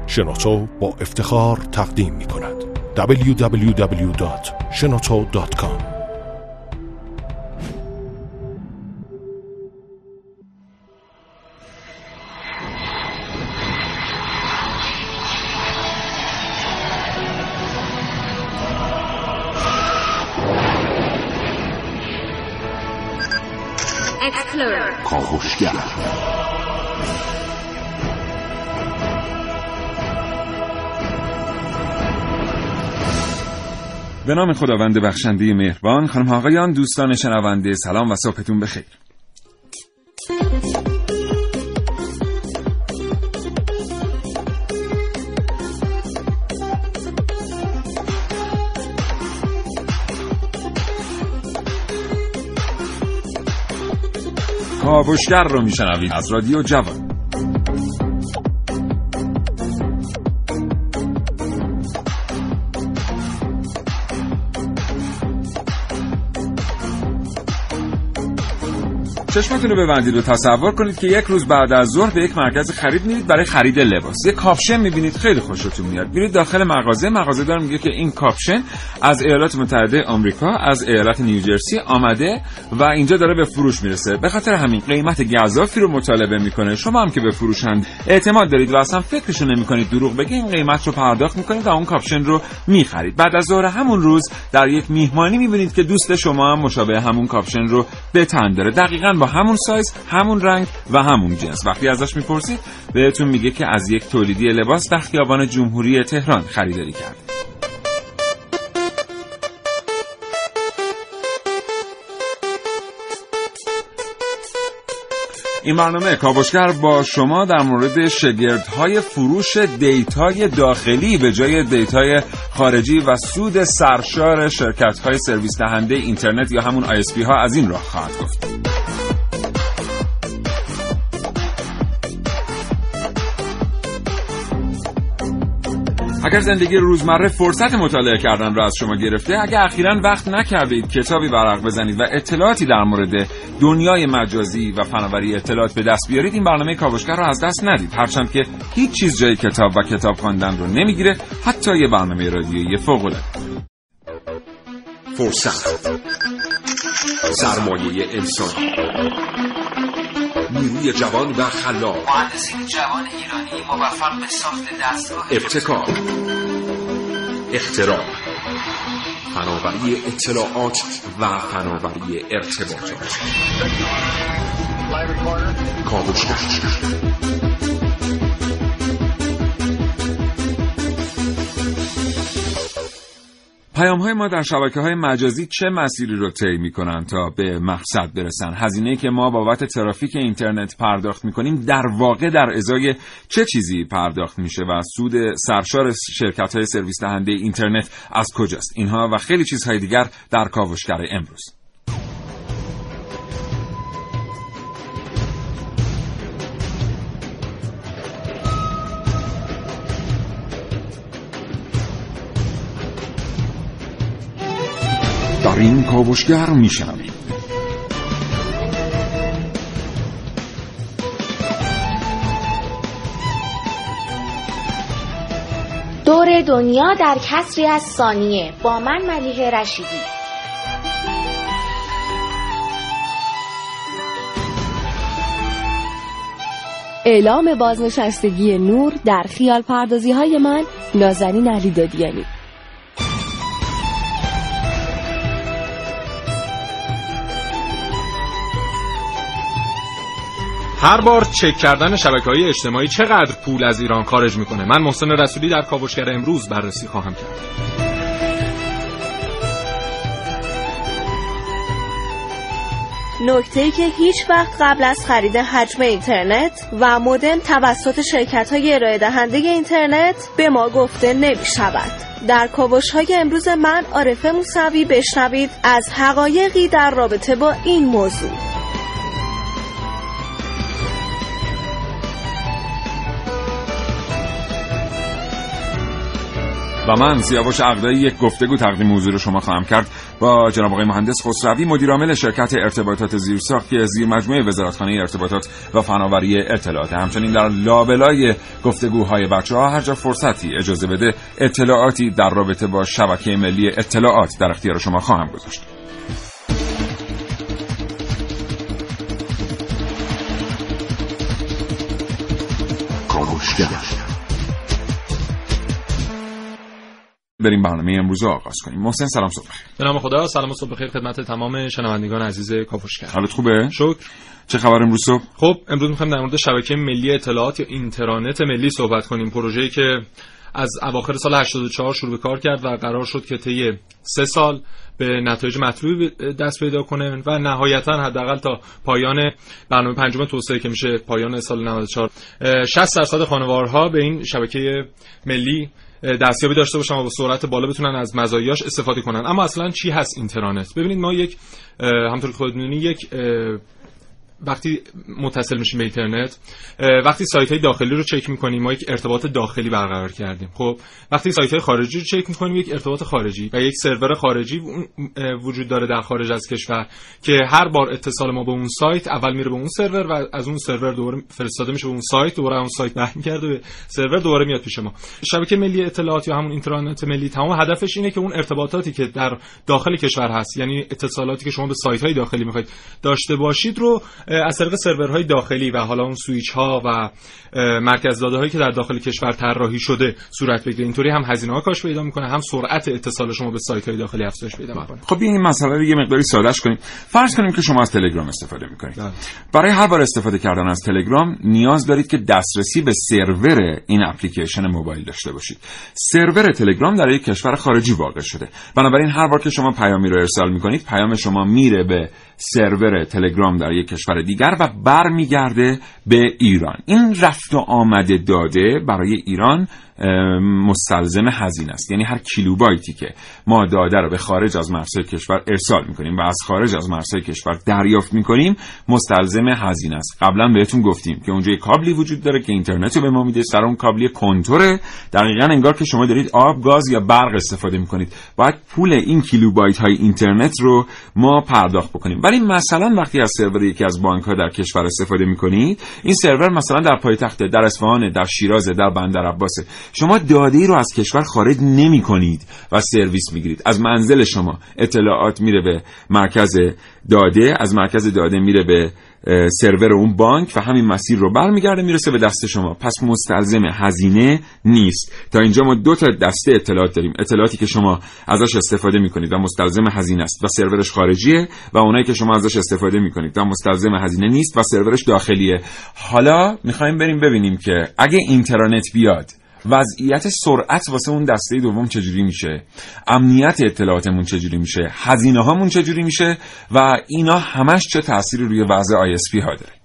شنوتو با افتخار تقدیم می کند. www.shenoto.com. کاوشگر. به نام خداوند بخشنده مهربان. خانم ها آقایان، دوستان شنونده، سلام و صبحتون بخیر. کاوشگر رو میشنوید از رادیو جوان. چشمتون رو ببندید و تصور کنید که یک روز بعد از ظهر به یک مرکز خرید میرید برای خرید لباس. یک کاپشن میبینید خیلی خوشتون میاد. میرید داخل مغازه دار میگه که این کاپشن از ایالات متحده آمریکا، از ایالت نیوجرسی آمده و اینجا داره به فروش میرسه. به خاطر همین قیمت گزافی رو مطالبه میکنه. شما هم که به فروشنده اعتماد دارید و اصلا فکرشو نمیکنید دروغ بگه، این قیمت رو پرداخت میکنید و اون کاپشن رو میخرید. بعد از ظهر همون روز در یک میهمانی میبینید که دوست شما هم مشابه همون کاپشن رو به تن داره. دقیقاً با همون سایز، همون رنگ و همون جنس. وقتی ازش میپرسید بهتون میگه که از یک تولیدی لباس در خیابان جمهوری تهران خریداری کرده. این برنامه کاوشگر با شما در مورد شگردهای فروش دیتای داخلی به جای دیتای خارجی و سود سرشار شرکت‌های سرویس دهنده اینترنت یا همون ISP ها از این راه خواهد گفت. اگر زندگی روزمره فرصت مطالعه کردن را از شما گرفته، اگر اخیراً وقت نکردید کتابی ورق بزنید و اطلاعاتی در مورد دنیای مجازی و فناوری اطلاعات به دست بیارید، این برنامه کاوشگر را از دست ندید. هرچند که هیچ چیز جای کتاب و کتاب خواندن رو نمیگیره، حتی یه برنامه رادیویی فوق‌العاده. فرصت، سرمایه انسانی، نیروی جوان و خلاق، مهندسین جوان ایرانی موفق به ساخت دستگاه ابتکار، اختراع، فناوری اطلاعات و فناوری ارتباطات. کاوشگر. پیام‌های ما در شبکه‌های مجازی چه مسیری رو طی می‌کنن تا به مقصد برسن؟ هزینه‌ای که ما بابت ترافیک اینترنت پرداخت می‌کنیم در واقع در ازای چه چیزی پرداخت میشه و سود سرشار شرکت‌های سرویس دهنده اینترنت از کجاست؟ اینها و خیلی چیزهای دیگر در کاوشگر امروز. در این کاوشگر میشنوید دور دنیا در کسری از ثانیه با من ملیحه رشیدی. اعلام بازنشستگی نور در خیال پردازی های من، نازنین علیدادیانی. هر بار چک کردن شبکه‌های اجتماعی چقدر پول از ایران خارج میکنه؟ من محسن رسولی در کاوشگر امروز بررسی خواهم کرد. نکته‌ای که هیچ وقت قبل از خرید حجم اینترنت و مودم توسط شرکت‌های ارائه دهنده اینترنت به ما گفته نمی‌شود. در کاوش‌های امروز من عارفه موسوی بشنوید از حقایقی در رابطه با این موضوع. و من سیاوش عقدایی یک گفتگو تقدیم حضور شما خواهم کرد با جناب آقای مهندس خسروی، مدیر عامل شرکت ارتباطات زیرساخت که زیر مجموعه وزارتخانه ارتباطات و فناوری اطلاعات. همچنین در لابلای گفتگوهای بچه‌ها هر جا فرصتی اجازه بده اطلاعاتی در رابطه با شبکه ملی اطلاعات در اختیار شما خواهم گذاشت. بریم برنامه امروز رو آغاز کنیم. محسن سلام صبح بخیر. به نام خدا، سلام صبح بخیر خدمت تمام شنوندگان عزیز کاوشگر. حالت خوبه؟ شکر. چه خبر امروز صبح؟ خب امروز می‌خوایم در مورد شبکه ملی اطلاعات یا اینترنت ملی صحبت کنیم. پروژه‌ای که از اواخر سال 84 شروع به کار کرد و قرار شد که طی 3 سال به نتایج مطلوبی دست پیدا کنه و نهایتاً حداقل تا پایان برنامه پنجم توسعه که میشه پایان سال 94 60% خانوارها به این شبکه ملی دستیابی داشته باشن و با سرعت بالا بتونن از مزایاش استفاده کنن. اما اصلا چی هست اینترنت؟ ببینید ما همونطور که خودت می‌دونی وقتی متصل میشیم به اینترنت، وقتی سایت‌های داخلی رو چک می‌کنیم ما یک ارتباط داخلی برقرار کردیم. خب وقتی سایت‌های خارجی رو چک می‌کنیم یک ارتباط خارجی و یک سرور خارجی وجود داره در خارج از کشور که هر بار اتصال ما به اون سایت اول میره به اون سرور و از اون سرور دوباره فرستاده میشه به اون سایت، دوباره اون سایت برمیگرده به سرور، دوباره میاد پیش ما. شبکه ملی اطلاعات یا همون اینترنت ملی تمام هدفش اینه که اون ارتباطاتی که در داخل کشور هست، یعنی اتصالاتی که شما به سایت‌های داخلی می‌خواید داشته باشید رو از طریق سرورهای داخلی و حالا اون سوئیچ‌ها و مرکز داده‌هایی که در داخل کشور طراحی شده صورت بگیره. اینطوری هم هزینه‌ها کاهش پیدا می‌کنه، هم سرعت اتصال شما به سایت‌های داخلی افزایش پیدا می‌کنه. خب این مسئله رو یه مقداری سادهش کنیم. فرض کنیم که شما از تلگرام استفاده می‌کنید. برای هر بار استفاده کردن از تلگرام نیاز دارید که دسترسی به سرور این اپلیکیشن موبایل داشته باشید. سرور تلگرام در یک کشور خارجی واقع شده. بنابراین هر بار که شما پیامی رو ارسال می‌کنید، پیام شما میره به سرور تلگرام در یک کشور دیگر و برمیگرده به ایران. این رفت و آمد داده برای ایران مستلزم هزینه است. یعنی هر کیلوبایتی که ما داده رو به خارج از مرزهای کشور ارسال میکنیم و از خارج از مرزهای کشور دریافت میکنیم مستلزم هزینه است. قبلا بهتون گفتیم که اونجا یک کابلی وجود داره که اینترنت رو به ما میده، سر اون کابلی کنتوره، دقیقاً انگار که شما دارید آب، گاز یا برق استفاده میکنید. باید پول این کیلوبایت های اینترنت رو ما پرداخت بکنیم. ولی مثلا وقتی از سرور یکی از بانک ها در کشور استفاده میکنید، این سرور مثلا در پایتخت، در اصفهان، در شیراز، در بندرعباس، شما داده‌ای رو از کشور خارج نمی‌کنید و سرویس می‌گیرید. از منزل شما اطلاعات میره به مرکز داده، از مرکز داده میره به سرور اون بانک و همین مسیر رو برمیگرده میرسه به دست شما. پس مستلزم هزینه نیست. تا اینجا ما 2 تا دسته اطلاعات داریم: اطلاعاتی که شما ازش استفاده میکنید و مستلزم هزینه است و سرورش خارجیه، و اونایی که شما ازش استفاده میکنید و مستلزم هزینه نیست و سرورش داخلیه. حالا میخوایم بریم ببینیم که اگه اینترنت بیاد وضعیت سرعت واسه اون دسته دوم چجوری میشه، امنیت اطلاعاتمون چجوری میشه، هزینه هامون چجوری میشه و اینا همش چه تأثیری روی وضع ISP ها داره.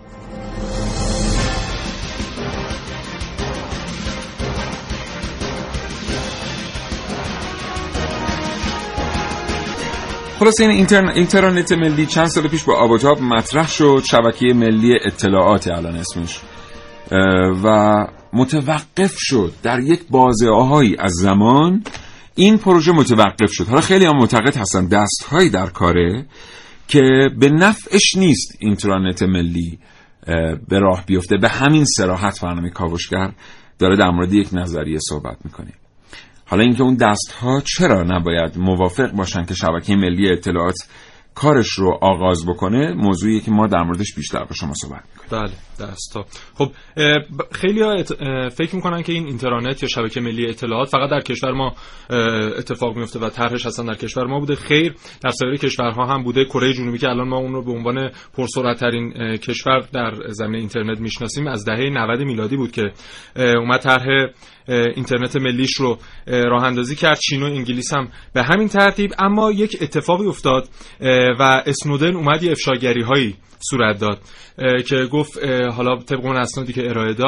خلاصه این اینترنت ملی چند سال پیش با آب و تاب مطرح شد. شبکه ملی اطلاعات الان اسمش، و متوقف شد در یک بازه‌هایی از زمان. این پروژه متوقف شد. حالا خیلی هم معتقد هستن دست‌هایی در کاره که به نفعش نیست اینترنت ملی به راه بیفته. به همین صراحت برنامه کاوشگر داره در مورد یک نظریه صحبت میکنه. حالا اینکه اون دست‌ها چرا نباید موافق باشن که شبکه ملی اطلاعات کارش رو آغاز بکنه، موضوعی که ما در موردش بیشتر با شما صحبت می‌کنیم. بله، دستا. خب خیلی‌ها فکر می‌کنن که این اینترنت یا شبکه ملی اطلاعات فقط در کشور ما اتفاق میفته و طرحش اصلا در کشور ما بوده. خیر، در سایر کشورها هم بوده. کره جنوبی که الان ما اون رو به عنوان پرسرعت‌ترین کشور در زمینه اینترنت میشناسیم، از دهه 90 میلادی بود که اومد طرح اینترنت ملیش رو راه اندازی کرد. چین و انگلیس هم به همین ترتیب. اما یک اتفاقی افتاد و اسنودن اومد یه افشاگری هایی صورت داد که گفت حالا طبق اون اسنادی که ارائه داد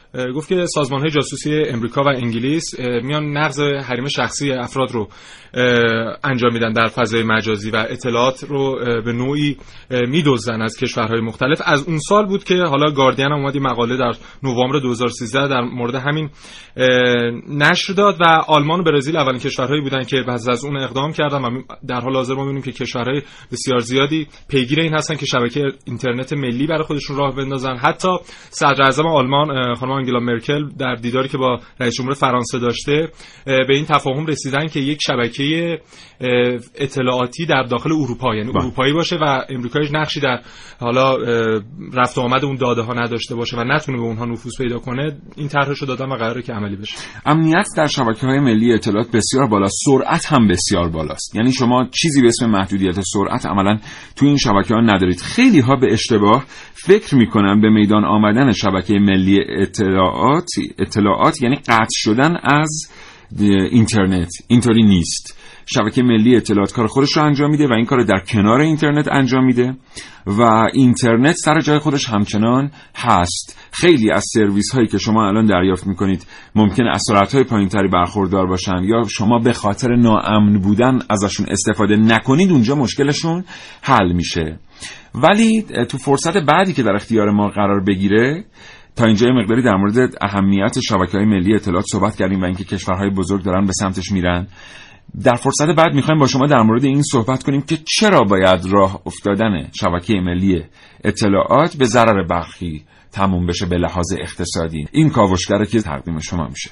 گفت که سازمان‌های جاسوسی امریکا و انگلیس میان نقض حریم شخصی افراد رو انجام میدن در فضای مجازی و اطلاعات رو به نوعی میدزدن از کشورهای مختلف. از اون سال بود که حالا گاردین اومد این مقاله در نوامبر 2013 در مورد همین نشر داد و آلمان و برزیل اولین کشورهایی بودن که بعد از اون اقدام کردن و در حال حاضر ما می‌بینیم که کشورهای بسیار زیادی پیگیر این هستن که شبکه اینترنت ملی برای خودشون راه بندازن. حتی صدر اعظم آلمان خانم آنگلا مرکل در دیداری که با رئیس جمهور فرانسه داشته به این تفاهم رسیدن که یک شبکه اطلاعاتی در داخل اروپا، یعنی اروپایی باشه و امریکایی نقشی در حالا رفت و آمد اون داده ها نداشته باشه و نتونه به اونها نفوذ پیدا کنه. این طرحشو دادن و قراره که عملی بشه. امنیت در شبکه‌های ملی اطلاعات بسیار بالاست، سرعت هم بسیار بالاست. یعنی شما چیزی به اسم محدودیت سرعت عملاً تو این شبکه‌ها ندارید. خیلی ها به اشتباه فکر می‌کنن به میدان آمدن شبکه ملی اطلاعات یعنی قطع شدن از اینترنت. اینطوری نیست. شبکه ملی اطلاعات کار خودش رو انجام میده و این کار در کنار اینترنت انجام میده و اینترنت سر جای خودش همچنان هست. خیلی از سرویس هایی که شما الان دریافت میکنید ممکنه از سرعت های پایین تری برخوردار باشن یا شما به خاطر ناامن بودن ازشون استفاده نکنید، اونجا مشکلشون حل میشه. ولی تو فرصت بعدی که در اختیار ما قرار بگیره، تا اینجا یه مقداری در مورد اهمیت شبکه‌های ملی اطلاعات صحبت کردیم و اینکه کشورهای بزرگ دارن به سمتش میرن. در فرصت بعد میخوایم با شما در مورد این صحبت کنیم که چرا باید راه افتادن شبکه ملی اطلاعات به ضرر برخی تموم بشه به لحاظ اقتصادی. این کاوشگره که تقدیم شما میشه.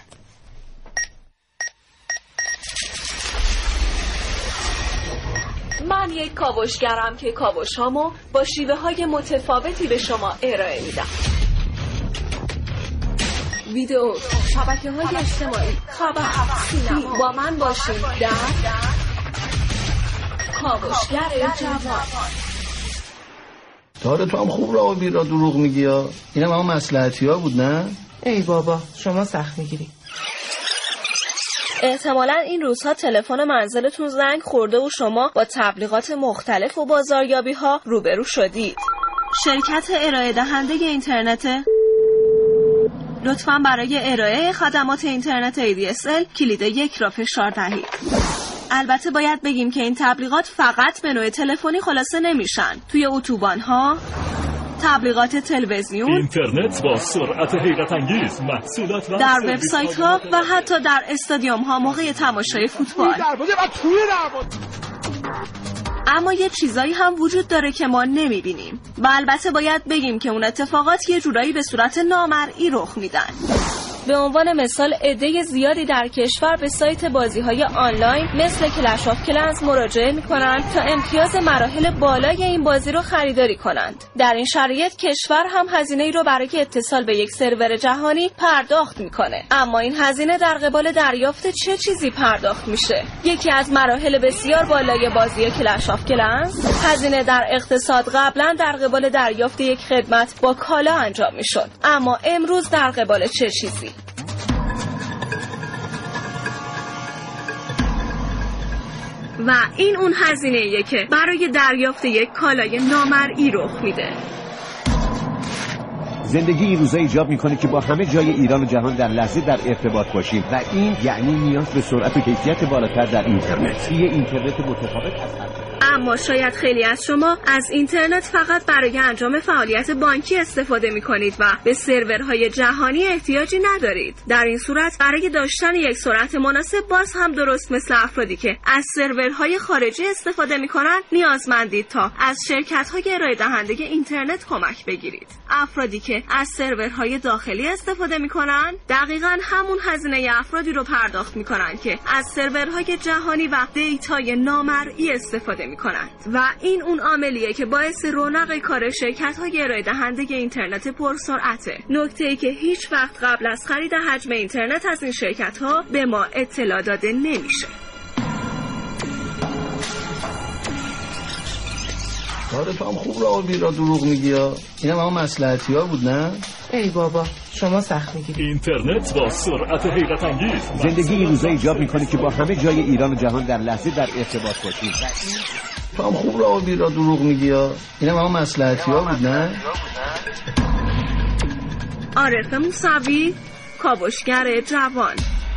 من یک کاوشگرم که کاوش‌هامو با شیوه‌های متفاوتی به شما ارائه میدم. ویدیو، شبکه‌های اجتماعی، خبر، سینما. با من باشین در کاوشگر جوان. داره تو هم خوب راه و بیرا دروغ میگی ها. اینم همه مصلحتی ها بود نه؟ ای بابا شما سخت میگیری. احتمالاً این روزها تلفن منزلتون زنگ خورده و شما با تبلیغات مختلف و بازاریابی ها روبرو شدید. شرکت ارائه دهنده اینترنت، لطفاً برای ارائه خدمات اینترنت ADSL کلید 1 را فشار دهید. البته باید بگیم که این تبلیغات فقط به نوع تلفنی خلاصه نمیشن. توی اتوبان‌ها، تبلیغات تلویزیون، اینترنت با سرعت حیرت انگیز، محصولات در وبسایت‌ها و حتی در استادیوم‌ها موقع تماشای فوتبال. اما یه چیزایی هم وجود داره که ما نمیبینیم و البته باید بگیم که اون اتفاقات یه جورایی به صورت نامرئی رخ میدن. به عنوان مثال عده زیادی در کشور به سایت بازی‌های آنلاین مثل کلش آف کلنز مراجعه می‌کنند تا امتیاز مراحل بالای این بازی رو خریداری کنند. در این شرایط کشور هم هزینه‌ای رو برای اتصال به یک سرور جهانی پرداخت می‌کنه. اما این هزینه در قبال دریافت چه چیزی پرداخت میشه؟ یکی از مراحل بسیار بالای بازی کلش آف کلنز، هزینه در اقتصاد قبلا در قبال دریافت یک خدمت با کالا انجام می‌شد. اما امروز در قبال چه چیزی؟ و این اون هزینه‌ایه که برای دریافت یک کالای نامرئی رخ میده. زندگی این روزا ایجاب میکنه که با همه جای ایران و جهان در لحظه در ارتباط باشیم و این یعنی نیاز به سرعت و کیفیت بالاتر در اینترنت. یه اینترنت متفاوت از هر. اما شاید خیلی از شما از اینترنت فقط برای انجام فعالیت بانکی استفاده می‌کنید و به سرورهای جهانی احتیاجی ندارید. در این صورت برای داشتن یک سرعت مناسب باز هم درست مثل افرادی که از سرورهای خارجی استفاده می‌کنند نیازمندید تا از شرکت‌های ارائه دهنده اینترنت کمک بگیرید. افرادی که از سرورهای داخلی استفاده می‌کنند دقیقاً همون هزینه افرادی رو پرداخت می‌کنند که از سرورهای جهانی و دیتای نامرئی استفاده می‌کنند و این اون عاملیه که باعث رونق کار شرکت‌های ارائه دهنده اینترنت پرسرعته. نکته‌ای که هیچ وقت قبل از خرید حجم اینترنت از این شرکت‌ها به ما اطلاع داده نمیشه. کار تو هم خوب راه و بیرا دروغ میگی ها. اینم همه مصلحتی ها بود نه؟ ای بابا شما سخت میگیری. اینترنت با سرعت حیرت انگیز. زندگی این روزا ایجاب میکنه که با همه جای ایران و جهان در لحظه در ارتباط باشیم. تو هم خوب راه و بیرا دروغ میگی ها. اینم همه مصلحتی ها بود نه؟ عارف موسوی، کاوشگر جوان.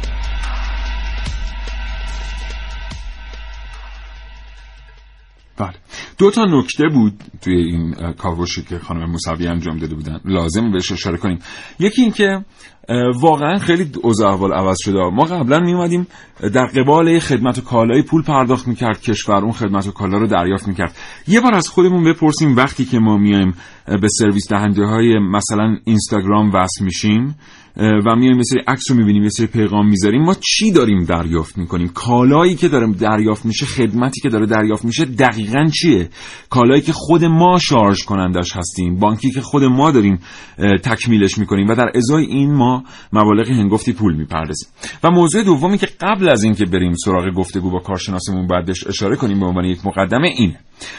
بله، 2 تا نکته بود توی این کاوشی که خانم موسوی انجام داده بودن لازم بهش اشاره کنیم. یکی این که واقعا خیلی اوضاع احوال عوض شده. ما قبلا می اومدیم در قبال خدمت و کالای پول پرداخت میکرد کشور، اون خدمت و کالا رو دریافت میکرد. یه بار از خودمون بپرسیم وقتی که ما میایم به سرویس دهنده های مثلا اینستاگرام وصل میشیم و میایم یه سری عکس رو میبینیم، یه سری پیغام میذاریم، ما چی داریم دریافت میکنیم؟ کالایی که داریم دریافت میشه، خدمتی که داره دریافت میشه دقیقاً چیه؟ کالایی که خود ما شارژ کنندش هستیم، بانکی که خود ما داریم تکمیلش میکنیم و در ازای این ما مبالغ هنگفتی پول میپردازیم. و موضوع دومی که قبل از این که بریم سراغ گفتگو با کارشناسمون باید بهش اشاره کنیم به عنوان یک مقدمه اینه: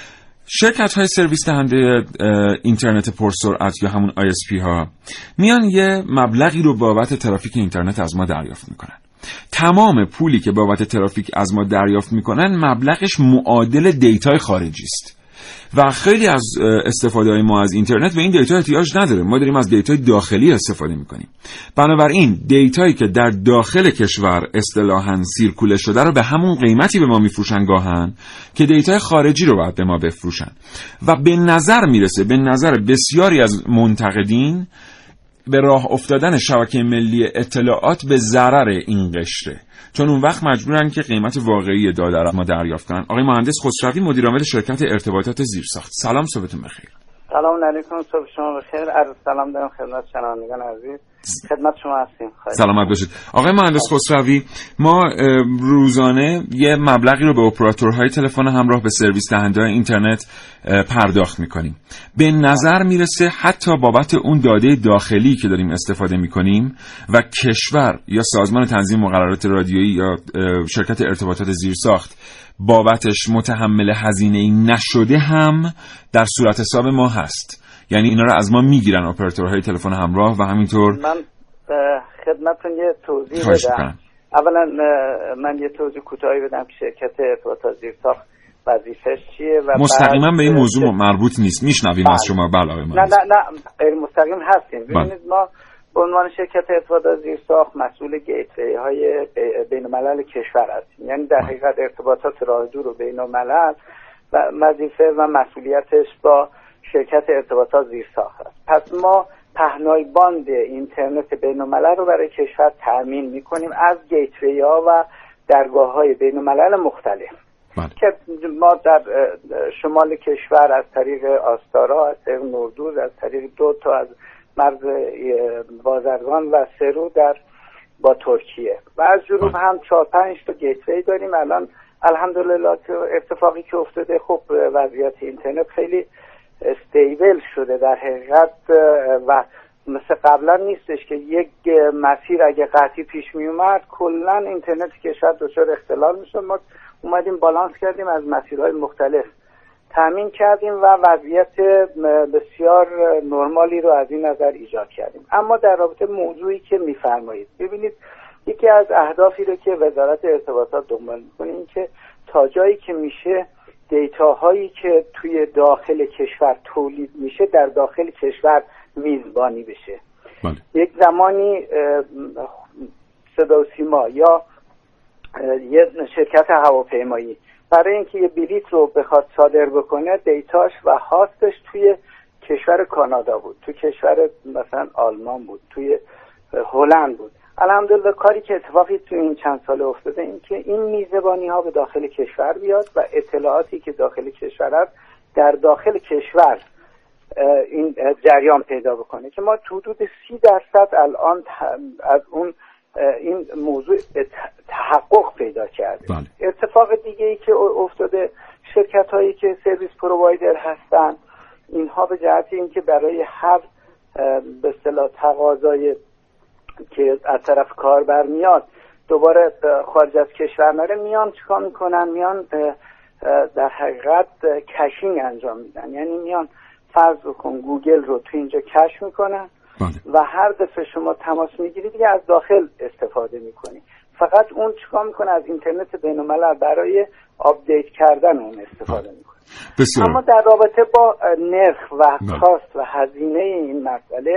شرکت‌های سرویس دهنده اینترنت پرسرعت یا همون ISP ها میان یه مبلغی رو بابت ترافیک اینترنت از ما دریافت میکنن. تمام پولی که بابت ترافیک از ما دریافت میکنن مبلغش معادل دیتای خارجی است و خیلی از استفاده ما از اینترنت به این دیتا احتیاج نداره. ما داریم از دیتای داخلی استفاده میکنیم. بنابراین دیتایی که در داخل کشور اصطلاحاً سیرکوله شده رو به همون قیمتی به ما میفروشن گاهن که دیتای خارجی رو باید به ما بفروشن و به نظر میرسه، به نظر بسیاری از منتقدین، به راه افتادن شبکه ملی اطلاعات به ضرر این قشره، چون اون وقت مجبورن که قیمت واقعی داده را ما دریافت کنن. آقای مهندس خسروی، مدیر عامل شرکت ارتباطات زیرساخت، سلام، صبحتون بخیر. سلام علیکم، صبح شما بخیر. عرض سلام دارم خدمت شنوندگان عزیز. خدمت شما هستیم. سلامت باشید. آقای مهندس خسروی، ما روزانه یه مبلغی رو به اپراتورهای تلفن همراه به سرویس دهنده‌های اینترنت پرداخت می‌کنیم. به نظر میرسه حتی بابت اون داده داخلی که داریم استفاده می‌کنیم و کشور یا سازمان تنظیم مقررات رادیویی یا شرکت ارتباطات زیرساخت بابتش متحمل هزینه‌ای نشده هم در صورت حساب ما هست. یعنی اینا رو از ما میگیرن اپراتورهای تلفن همراه و همینطور. من خدمتتون یه توضیح بدم. اولا من یه توضیح کوتاهی بدم که شرکت ارتباطات زیرساخت وظیفه‌اش چیه و مستقیما به این موضوع مربوط نیست. میشنویم از شما. بله آقای نه غیر مستقیم هستیم. ببینید ما به عنوان شرکت ارتباطات زیرساخت مسئول گیتوی های بین‌الملل کشور هستیم. یعنی در حقیقت ارتباطات راه دور و بین‌الملل و وظیفه و مسئولیتش با شرکت ارتباطات زیرساخت است. پس ما پهنای باند اینترنت بین‌الملل رو برای کشور تامین می‌کنیم از گیتوی ها و درگاه های بین‌الملل مختلف که ما در شمال کشور از طریق آستارا، از طریق نوردوز، از طریق 2 تا از مرز بازرگان و سرو در با ترکیه و از جنوب هم 4-5 تا گیتوی داریم. الان الحمدلله اتفاقی که افتاده، خب وضعیت اینترنت خیلی استیبل شده در حقیقت و مثل قبلا نیستش که یک مسیر اگه قطعی پیش می اومد کلا اینترنت کشور دچار اختلال میشد. ما اومدیم بالانس کردیم، از مسیرهای مختلف تامین کردیم و وضعیت بسیار نرمالی رو از این نظر ایجاد کردیم. اما در رابطه موضوعی که میفرمایید، ببینید یکی از اهدافی رو که وزارت ارتباطات دنبال میکنه این که تا جایی که میشه دیتاهایی که توی داخل کشور تولید میشه در داخل کشور میزبانی بشه. یک زمانی صدا و سیما یا یه شرکت هواپیمایی برای اینکه یه بلیط رو بخواد صادر بکنه دیتاش و هاستش توی کشور کانادا بود، توی کشور مثلا آلمان بود، توی هلند بود. الحمدلله کاری که اتفاقی توی این چند سال افتاده این که این میزبانی ها به داخل کشور بیاد و اطلاعاتی که داخل کشور هست در داخل کشور این جریان پیدا بکنه که ما حدود 30% الان از اون این موضوع تحقق پیدا کرده. اتفاق دیگه ای که افتاده، شرکت هایی که سرویس پرووایدر هستن اینها به جهت اینکه برای هر به اصطلاح تقاضای که از طرف کاربر میاد دوباره خارج از کشور نره، میان چیکار میکنن؟ میان در حقیقت کشینگ انجام میدن. یعنی میان فرض بکن گوگل رو تو اینجا کش میکنن و هر دفعه شما تماس میگیرید دیگه از داخل استفاده میکنی. فقط اون چیکار میکنه؟ از اینترنت بین‌الملل برای آپدیت کردن اون استفاده میکنه. اما در رابطه با نرخ و کاست و هزینه این مسئله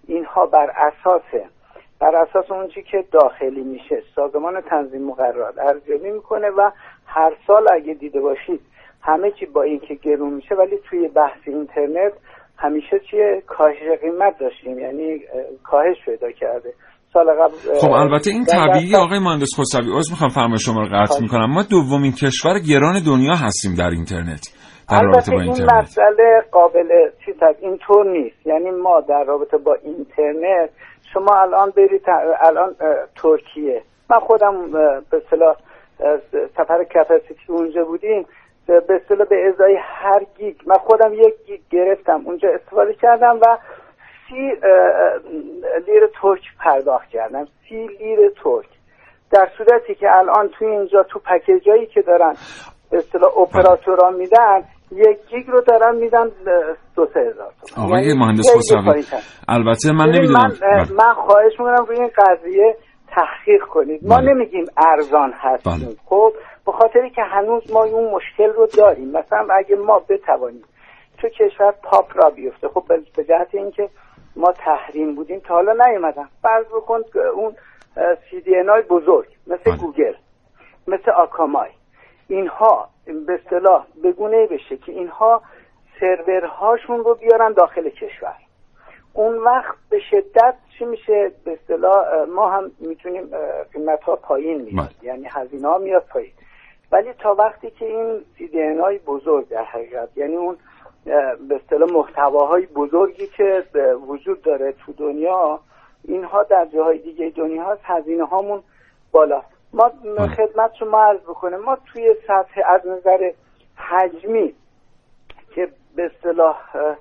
اینها بر اساس اون چیزی که داخلی میشه سازمان تنظیم مقررات ارزیابی میکنه و هر سال اگه دیده باشید همه چی با این که گرون میشه، ولی توی بحث اینترنت همیشه چیه کاهش قیمت داشتیم، یعنی کاهش پیدا کرده. سال قبل خب البته این طبیعی آقای مهندس خسروی، عذر میخوام فرمایش شما رو قطع میکنم، ما دومین کشور گران دنیا هستیم در اینترنت. در رابطه با اینترنت این مسئله قابل چیز اینطور نیست، یعنی ما در رابطه با اینترنت شما الان برید الان ترکیه، من خودم به اصطلاح سفر کپاسیتی اونجا بودیم، به اصطلاح به ازای هر گیگ من خودم 1 گیگ گرفتم اونجا استفاده کردم و 30 لیر ترک پرداخت کردم، 30 لیر ترک، در صورتی که الان توی اینجا تو پکیجایی که دارن به اصطلاح اپراتورها میدن 1 گیگ رو دارن میدن 2-3 هزار تومان. آقای مهندس خسروی البته من نمیدونم، من خواهش میکنم روی این قضیه تحقیق کنید. ما نمیگیم ارزان هستیم، خب به خاطری که هنوز ما اون مشکل رو داریم. مثلا اگه ما بتوانیم تو کشور پاپ را بیفته، خب به جهت اینکه ما تحریم بودیم تا حالا نیومدن، فرض بکن اون CDN های بزرگ مثل گوگل، مثل آکامای، اینها به اصطلاح بگونه بشه که اینها سرورهاشون رو بیارن داخل کشور، اون وقت به شدت چی میشه به اصطلاح ما هم میتونیم قیمت‌ها پایین میاد، یعنی هزینه ها میاد پایین. ولی تا وقتی که این CDN های بزرگ در حقیقت، یعنی اون به اصطلاح محتواهای بزرگی که وجود داره تو دنیا، اینها در جاهای دیگه دنیا هست، هزینه هامون بالا. ما خدمت شما عرض بکنیم، ما توی سطح از نظر حجمی که به اصطلاح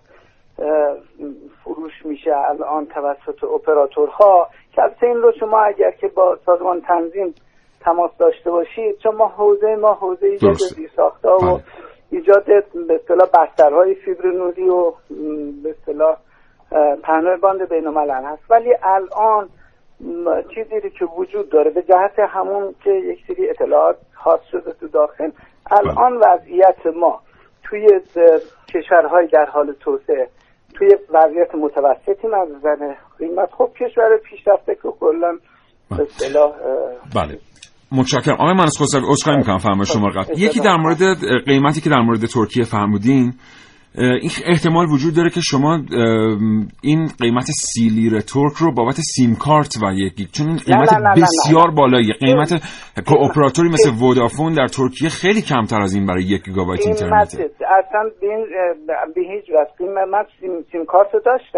فروش میشه الان توسط اپراتورها، که البته این رو شما اگر که با سازمان تنظیم تماس داشته باشید، چون ما حوزه ایجاد زیرساخت‌ها و ایجاد به اصطلاح بسترهای فیبر نوری و به اصطلاح پهنای باند بین‌الملل هست، ولی الان چیزی که وجود داره به جهت همون که یک سری اطلاعات خاص شده تو داخل، الان وضعیت ما توی کشورهای در حال توسعه توی وضعیت متوسطی از نظر قیمت، خب کشور پیشرفته که کلا به اصطلاح بله. متشکرم آقای مهندس خسروی، عذرخواهی می‌کنم فرمایش شما رو قطع. یکی در مورد قیمتی که در مورد ترکیه فرمودین، این احتمال وجود داره که شما این قیمت 30 لیر ترک رو بابت سیم کارت و 1 گیگ، چون این قیمت بسیار بالاییه. قیمت اپراتوری مثل ودافون در ترکیه خیلی کمتر از این برای 1 گیگابایت اینترنت. اصلا به هیچ وجه من سیم کارت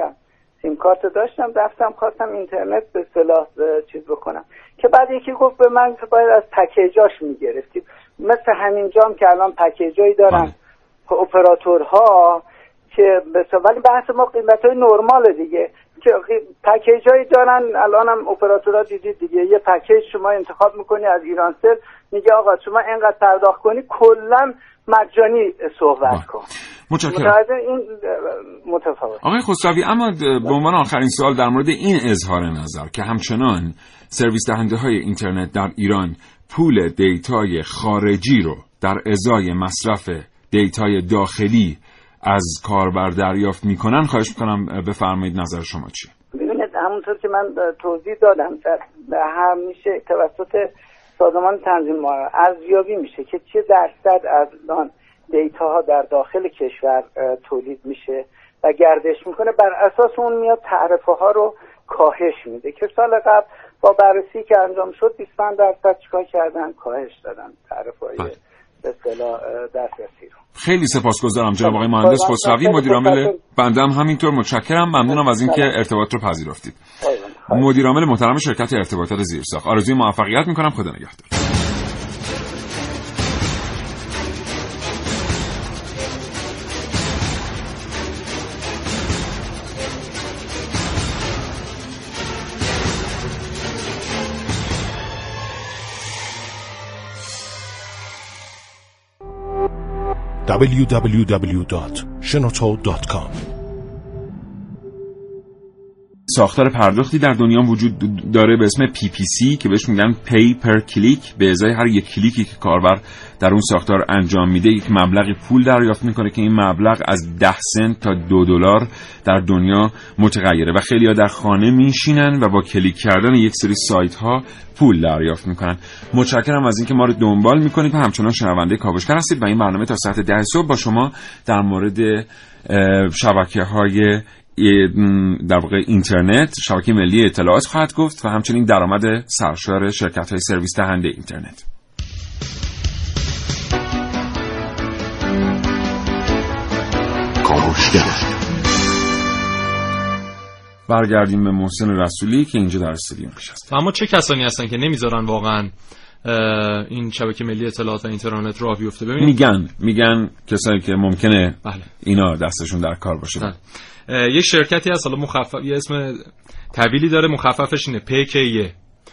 داشتم رفتم خواستم اینترنت به اصطلاح چیز بکنم، که بعد یکی گفت به من که باید از پکیجاش میگرفتیم، مثل همین جام که الان پکیجایی دارن اپراتورها که ولی بحث ما قیمت‌های نرماله دیگه، که پکیجایی دارن الان هم اپراتورها دیدید دیگه، یه پکیج شما انتخاب میکنی از ایرانسل، میگه آقا شما اینقدر پرداخت کنی کلا مجانی صحبت کن. متشکرم. این متفاوت. آقای خسروی، اما به عنوان آخرین سوال در مورد این اظهار نظر که همچنان سرویس دهنده های اینترنت در ایران پول دیتای خارجی رو در ازای مصرف دیتای داخلی از کاربر دریافت میکنن، خواهش میکنم بفرمایید نظر شما چیه؟ ببینید همونطور که من توضیح دادم، همیشه توسط سازمان تنظیم ارزیابی میشه که چه درصد از آن دیتاها در داخل کشور تولید میشه و گردش میکنه، بر اساس اون میاد تعرفه ها رو کاهش میده، که سال قبل با بررسی که انجام شد 25% چیکار کردن؟ کاهش دادن تعرفه های به اصطلاح دسترسی رو. خیلی سپاسگزارم جناب آقای مهندس خسروی، مدیر عامل. بنده هم همینطور متشکرم، ممنونم از اینکه ارتباط رو پذیرفتید. مدیر عامل محترم شرکت ارتباطات زیرساخت. آرزوی موفقیت میکنم. خدا نگهدار. www.shenoto.com ساختار پرداختی در دنیا وجود داره به اسم PPC که بهش میگن Pay Per Click. به ازای هر یک کلیکی که کاربر در اون ساختار انجام میده یک مبلغی پول دریافت میکنه که این مبلغ از 10 سنت تا $2 در دنیا متغیره و خیلی‌ها در خانه میشینن و با کلیک کردن یک سری سایت ها پول دریافت میکنن. متشکرم از اینکه ما رو دنبال میکنید و همچنان شنونده کاوشگر هستید و این برنامه تا ساعت 10 صبح با شما در مورد شبکه‌های در واقع اینترنت، شبکه ملی اطلاعات خواهد گفت و همچنین درآمد سرشار شرکت‌های سرویس دهنده اینترنت. برگردیم به محسن رسولی که اینجا در استودیو نشسته. اما چه کسانی هستن که نمیذارن واقعا این شبکه ملی اطلاعات و اینترنت راه بیفته؟ ببینید میگن کسایی که ممکنه اینا دستشون در کار باشه. یه شرکتی هست، حالا مخفف یه اسم طویلی داره، مخففش اینه PKE.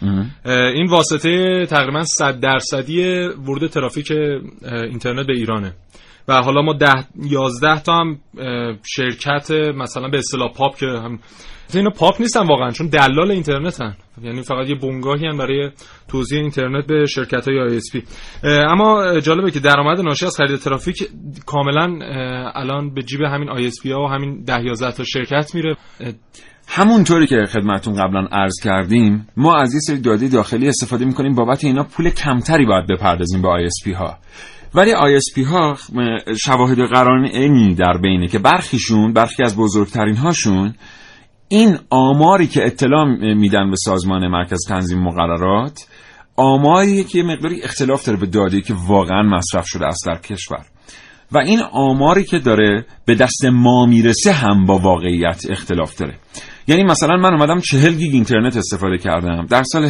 این واسطه تقریبا 100% ورود ترافیک اینترنت به ایرانه و حالا ما 10-11 تا هم شرکت مثلا به اصطلاح پاپ که هم اینا پاپ نیستن واقعا چون دلال اینترنتن، یعنی فقط یه بنگاهی هم برای توزیع اینترنت به شرکت‌های ISP. اما جالبه که درآمد ناشی از خرید ترافیک کاملا الان به جیب همین ISP ها و همین 10-11 تا شرکت میره. همونطوری که خدمتتون قبلا عرض کردیم ما از یه سری داده داخلی استفاده می‌کنیم، بابت اینا پول کمتری باید بپردازیم به ISP ها. ولی ISP ها شواهد قرائنی در بینه که برخی از بزرگترین هاشون این آماری که اطلاع میدن به سازمان مرکز تنظیم مقررات آماریه که مقداری اختلاف داره به داده‌ای که واقعا مصرف شده است در کشور و این آماری که داره به دست ما میرسه هم با واقعیت اختلاف داره. یعنی مثلا من اومدم 40 گیگ اینترنت استفاده کردم در سال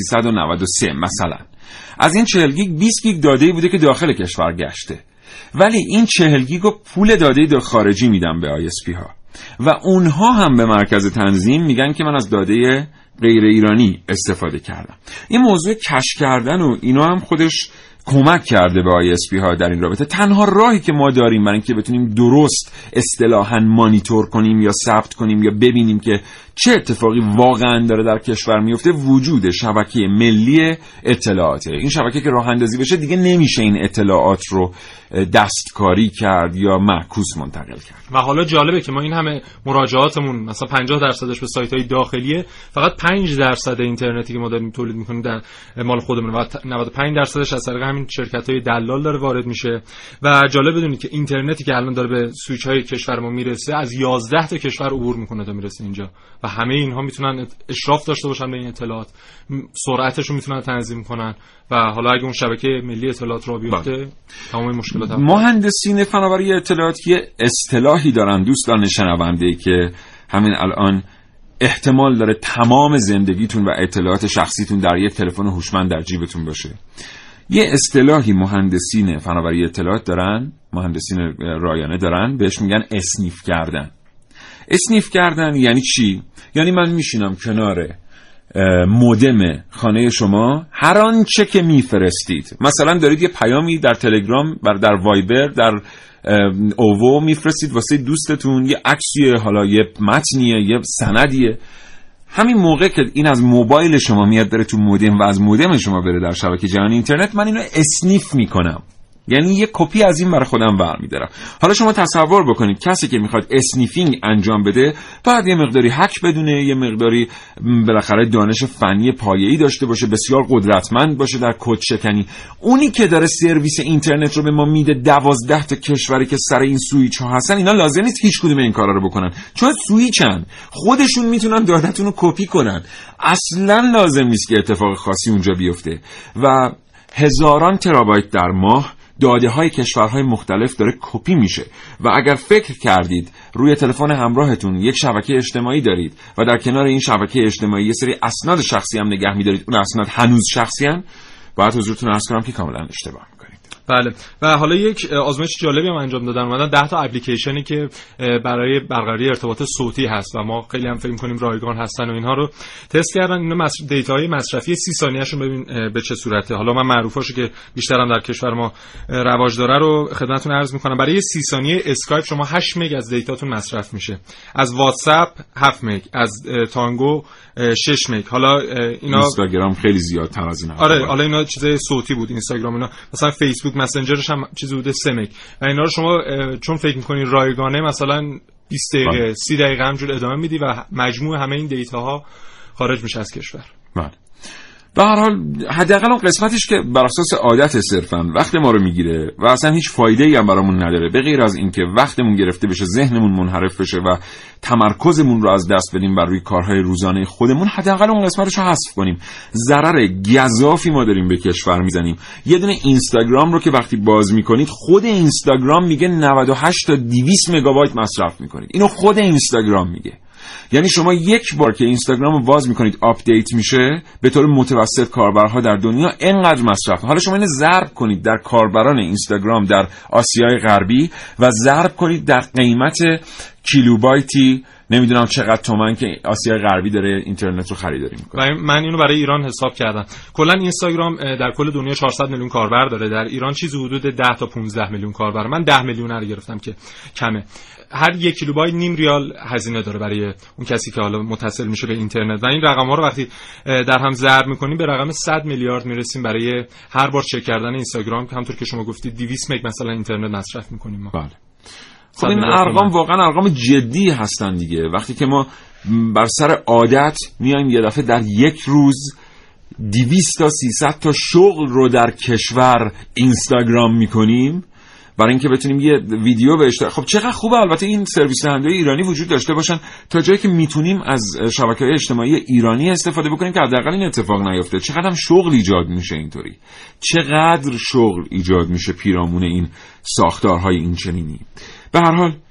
1393 مثلا. از این 40 گیگ 20 گیگ داده‌ای بوده که داخل کشور گشته، ولی این 40 گیگ رو پول داده خارجی میدم به ISP ها و اونها هم به مرکز تنظیم میگن که من از داده غیر ایرانی استفاده کردم. این موضوع کشف کردن و اینا هم خودش کمک کرده به ISP ها در این رابطه. تنها راهی که ما داریم برای اینکه بتونیم درست اصطلاحاً مانیتور کنیم یا ثبت کنیم یا ببینیم که چه اتفاقی واقعاً داره در کشور میفته وجود شبکه ملی اطلاعاته. این شبکه که راه اندازی بشه دیگه نمیشه این اطلاعات رو دستکاری کرد یا معکوس منتقل کرد. و حالا جالبه که ما این همه مراجعاتمون مثلا 50% به سایت‌های داخلیه، فقط 5% اینترنتی که ما داریم تولید می‌کنیم در مال خودمون و 95% از طریق همین شرکت‌های دلال داره وارد میشه. و جالب بدونید که اینترنتی که الان داره به سویچ‌های کشور ما میرسه از 11 تا کشور عبور میکنه تا میرسه اینجا و همه اینها میتونن اشراف داشته باشن به این اطلاعات، سرعتش رو میتونن تنظیم کنن و حالا اگه اون شبکه ملی اطلاعات را بیفته تمام مشکلات هم. مهندسین فناوری اطلاعات یه اصطلاحی دارن دوستان شنونده که همین الان احتمال داره تمام زندگیتون و اطلاعات شخصیتون در یک تلفن هوشمند در جیبتون باشه. یه اصطلاحی مهندسین فناوری اطلاعات دارن، مهندسین رایانه دارن، بهش میگن اسنیف کردن. اسنیف کردن یعنی چی؟ یعنی من میشینم کنار مودم خانه شما، هر آنچه که میفرستید، مثلا دارید یه پیامی در تلگرام، در وایبر، در اوو میفرستید واسه دوستتون، یه عکسیه، حالا یه متنیه، یه سندیه، همین موقع که این از موبایل شما میاد بره تو مودم و از مودم شما بره در شبکه جهانی اینترنت، من اینو اسنیف میکنم، یعنی یه کپی از این برای خودم برمی‌دارم. حالا شما تصور بکنید کسی که میخواد اسنیفینگ انجام بده باید یه مقداری هک بدونه، یه مقداری بالاخره دانش فنی پایه‌ای داشته باشه، بسیار قدرتمند باشه در کد شکنی. اونی که داره سرویس اینترنت رو به ما میده 12 تا کشوری که سر این سوئیچ ها هستن، اینا لازم نیست هیچ کدوم این کارا رو بکنن، چون سوئیچن، خودشون میتونن داده‌تون رو کپی کنن، اصلا لازم نیست که اتفاق خاصی اونجا بیفته. و هزاران ترابایت در ماه داده های کشورهای مختلف داره کپی میشه و اگر فکر کردید روی تلفن همراهتون یک شبکه اجتماعی دارید و در کنار این شبکه اجتماعی یه سری اسناد شخصی هم نگه میدارید، اون اسناد هنوز شخصی ان، باید حضورتون عرض کنم که کاملا اشتباه میکنید. بله. و حالا یک آزمایش جالبی هم انجام دادن، اومدن 10 تا اپلیکیشنی که برای برقراری ارتباط صوتی هست و ما خیلی هم فکر می‌کنیم رایگان هستن و اینها رو تست کردن. اینا دیتاهای مصرفی 30 ثانیه‌شون ببین به چه صورته. حالا من معروفاشو که بیشتر هم در کشور ما رواج داره رو خدمتتون عرض می‌کنم. برای 30 ثانیه اسکایپ شما 8 مگ از دیتاتون مصرف میشه، از واتساپ 7 مگ، از تانگو 6 مگ. حالا اینا اینستاگرام خیلی زیادتر از اینا. آره حالا اینا چیزای صوتی بود اینستاگرام، اینا مثلا فیسبوک مسنجرش هم چیزی بوده 3 مگ. و اینا رو شما چون فکر می‌کنین رایگانه مثلا 20 دقیقه 30 دقیقه همجور ادامه میدی و مجموع همه این دیتاها خارج میشه از کشور. بله. به هر حال حداقل اون قسمتش که بر اساس عادت صرفاً وقت ما رو میگیره و اصلا هیچ فایده‌ای هم برامون نداره، به غیر از اینکه وقتمون گرفته بشه، ذهنمون منحرف بشه و تمرکزمون رو از دست بدیم بر روی کارهای روزانه خودمون، حداقل اون قسمتش رو حذف کنیم. ضرر گزافی ما داریم به کشور میزنیم. یه دونه اینستاگرام رو که وقتی باز میکنید خود اینستاگرام میگه 98 تا 200 مگابایت مصرف میکنید. اینو خود اینستاگرام میگه. یعنی شما یک بار که اینستاگرام رو باز میکنید آپدیت میشه، به طور متوسط کاربرها در دنیا اینقدر مصرف. حالا شما اینو ضرب کنید در کاربران اینستاگرام در آسیای غربی و ضرب کنید در قیمت کیلوبایتی نمیدونم چقدر تومان که آسیای غربی داره اینترنت رو خریداری میکنه. من اینو برای ایران حساب کردم. کلا اینستاگرام در کل دنیا 400 میلیون کاربر داره، در ایران چیزی حدود 10 تا 15 میلیون کاربر. من 10 میلیون رو گرفتم که کمه. هر 1 کیلوبایت نیم ریال هزینه داره برای اون کسی که حالا متصل میشه به اینترنت و این رقم‌ها رو وقتی در هم ضرب می‌کنیم به رقم 100 میلیارد میرسیم برای هر بار چک کردن اینستاگرام که همونطور که شما گفتید 200 مگ مثلا اینترنت مصرف می‌کنیم ما. بله. خب این ارقام واقعا ارقام جدی هستن دیگه. وقتی که ما بر سر عادت میایم یه دفعه در یک روز 200 تا 300 تا شغل رو در کشور اینستاگرام می‌کنیم برای اینکه بتونیم یه ویدیو به اشتراک. خب چقدر خوبه البته این سرویس دهنده‌های ایرانی وجود داشته باشن تا جایی که میتونیم از شبکه‌های اجتماعی ایرانی استفاده بکنیم که حداقل این اتفاق نیفته. چقدر هم شغل ایجاد میشه اینطوری، چقدر شغل ایجاد میشه پیرامون این ساختارهای این چنینی. به هر حال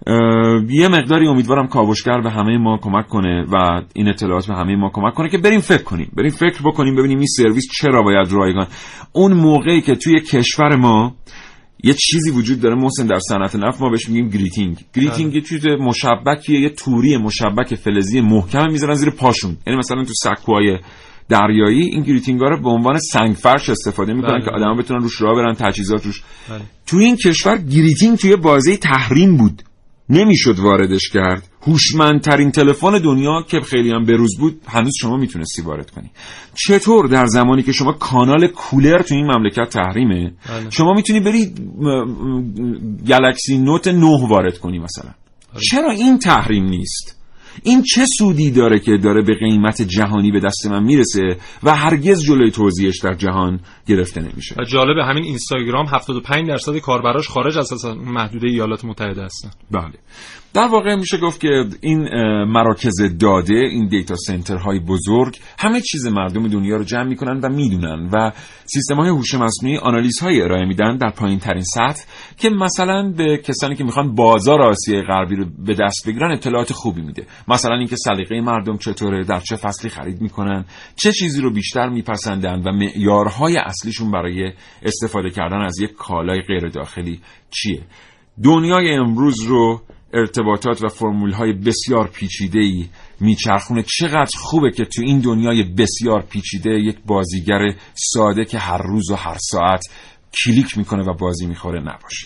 یه مقداری امیدوارم کاوشگر به همه ما کمک کنه و این اطلاعات به همه ما کمک کنه که بریم فکر بکنیم ببینیم این سرویس چرا باید رایگان. اون موقعی که توی کشور ما یه چیزی وجود داره محسن در صنعت نفت ما بهش میگیم گریتینگ یه چیز مشبکیه، یه توری مشبک فلزی محکم میذارن زیر پاشون. یعنی مثلا تو سکوهای دریایی این گریتینگ‌ها رو به عنوان سنگفرش استفاده میکنن که آدما بتونن روش راه برن، تجهیزات روش. تو این کشور گریتینگ توی بازه تحریم بود، نمیشد واردش کرد. هوشمندترین تلفن دنیا که خیلی هم بروز بود هنوز شما میتونستی وارد کنی. چطور در زمانی که شما کانال کولر تو این مملکت تحریمه شما میتونی بری گلکسی نوت 9 وارد کنی مثلا؟ چرا این تحریم نیست؟ این چه سودی داره که داره به قیمت جهانی به دست من میرسه و هرگز جلوی توزیعش در جهان گرفته نمیشه؟ و جالبه همین اینستاگرام 75% کاربراش خارج از محدوده ایالات متحده هستن. بله. در واقع میشه گفت که این مراکز داده، این دیتا سنترهای بزرگ همه چیز مردم دنیا رو جمع میکنن و میدونن و سیستم‌های هوش مصنوعی آنالیزهای ارائه میدن در پایین ترین سطح که مثلا به کسانی که میخوان بازار آسیای غربی رو به دست بگیرن اطلاعات خوبی میده. مثلا اینکه سلیقه مردم چطوره، در چه فصلی خرید میکنن، چه چیزی رو بیشتر میپسندن و معیارهای اصلیشون برای استفاده کردن از یک کالای غیر داخلی چیه. دنیای امروز رو ارتباطات و فرمول‌های بسیار پیچیده‌ای میچرخونه. چقدر خوبه که تو این دنیای بسیار پیچیده یک بازیگر ساده که هر روز و هر ساعت کلیک میکنه و بازی میخوره نباشه.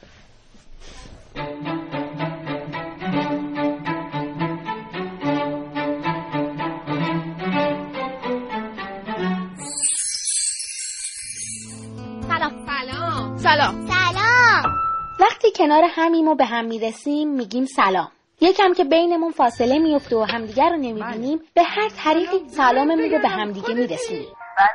سلام. وقتی کنار همیم و به هم میرسیم میگیم سلام. یکم که بینمون فاصله میفته و همدیگر رو نمیبینیم به هر طریقی سلاممون رو به همدیگه میرسونیم.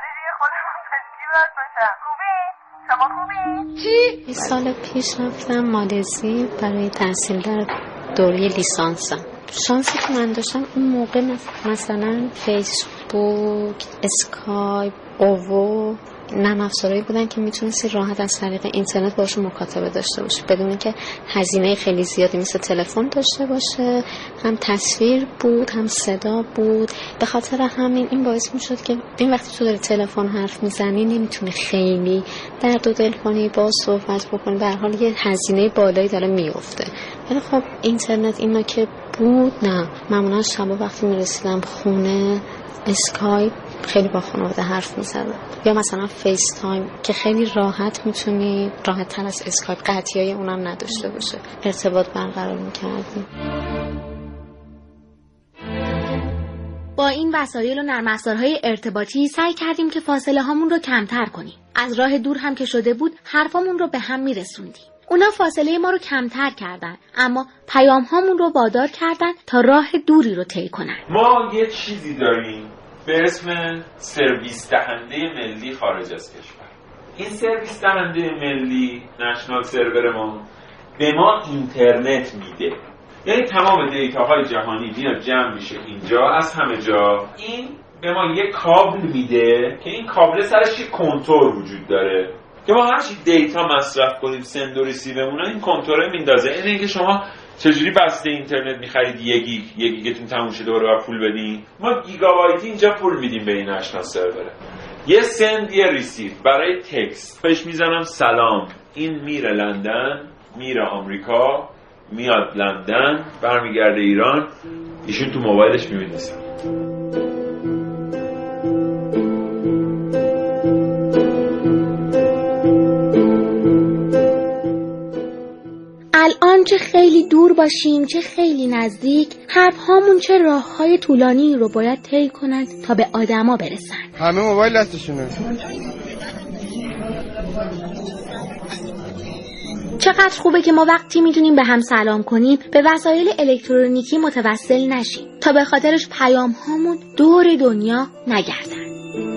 شما خوبی؟ چی؟ 2 سال پیش رفتم مالزی برای تحصیل در دوره لیسانسم. شانسی که من داشتم اون موقع مثلا فیسبوک، اسکایپ، اوو نرم افزارهایی بودن که میتونستی راحت از طریق اینترنت باشون مکاتبه داشته باشی بدون اینکه هزینه خیلی زیادی مثل تلفن داشته باشه. هم تصویر بود هم صدا بود. به خاطر همین این باعث میشد که این وقتی تو داری تلفن حرف میزنی نمیتونی خیلی درد و دل کنی با صحبت بکنی، به هر حال یه هزینه بالایی داره میفته. ولی خب اینترنت اینا که بود نه، معمولا شبا وقتی میرسیدم خونه اسکایپ خیلی با خانواده حرف میزدم، یا مثلا فیس تایم که خیلی راحت میتونی، راحت تر از اسکایپ، قطعیای اونم نداشته باشه، ارتباط برقرار میکردیم. با این وسایل و نرم افزارهای ارتباطی سعی کردیم که فاصله هامون رو کمتر کنیم. از راه دور هم که شده بود حرفامون رو به هم میرسوندیم. اونا فاصله ما رو کمتر کردن، اما پیام هامون رو وادار کردن تا راه دوری رو طی کنن. ما یه چیزی داریم به اسم سرویس دهنده ملی خارج از کشور. این سرویس دهنده ملی نشنال سرور ما به ما اینترنت میده، یعنی تمام دیتاهای جهانی میاد جمع میشه اینجا از همه جا. این به ما یه کابل میده که این کابل سرش یه کنتور وجود داره که ما هر چی دیتا مصرف کنیم سند و ریسیومون این کنتور میندازه. اینه که شما چجوری بسته اینترنت میخرید یه گیگتون تموم شده و پول بدین، ما گیگابایتی اینجا پول میدیم به این نشنال سرور. یه سند یه ریسیو برای تکست بهش میزنم سلام، این میره لندن، میره آمریکا، میاد لندن، برمیگرده ایران، ایشون تو موبایلش میبینیسن. الان چه خیلی دور باشیم چه خیلی نزدیک، حرف هامون چه راههای طولانی رو باید طی کنن تا به آدما برسن. همه موبایل دستشونه. چقدر خوبه که ما وقتی میتونیم به هم سلام کنیم به وسایل الکترونیکی متوسل نشیم تا به خاطرش پیام هامون دور دنیا نگردن.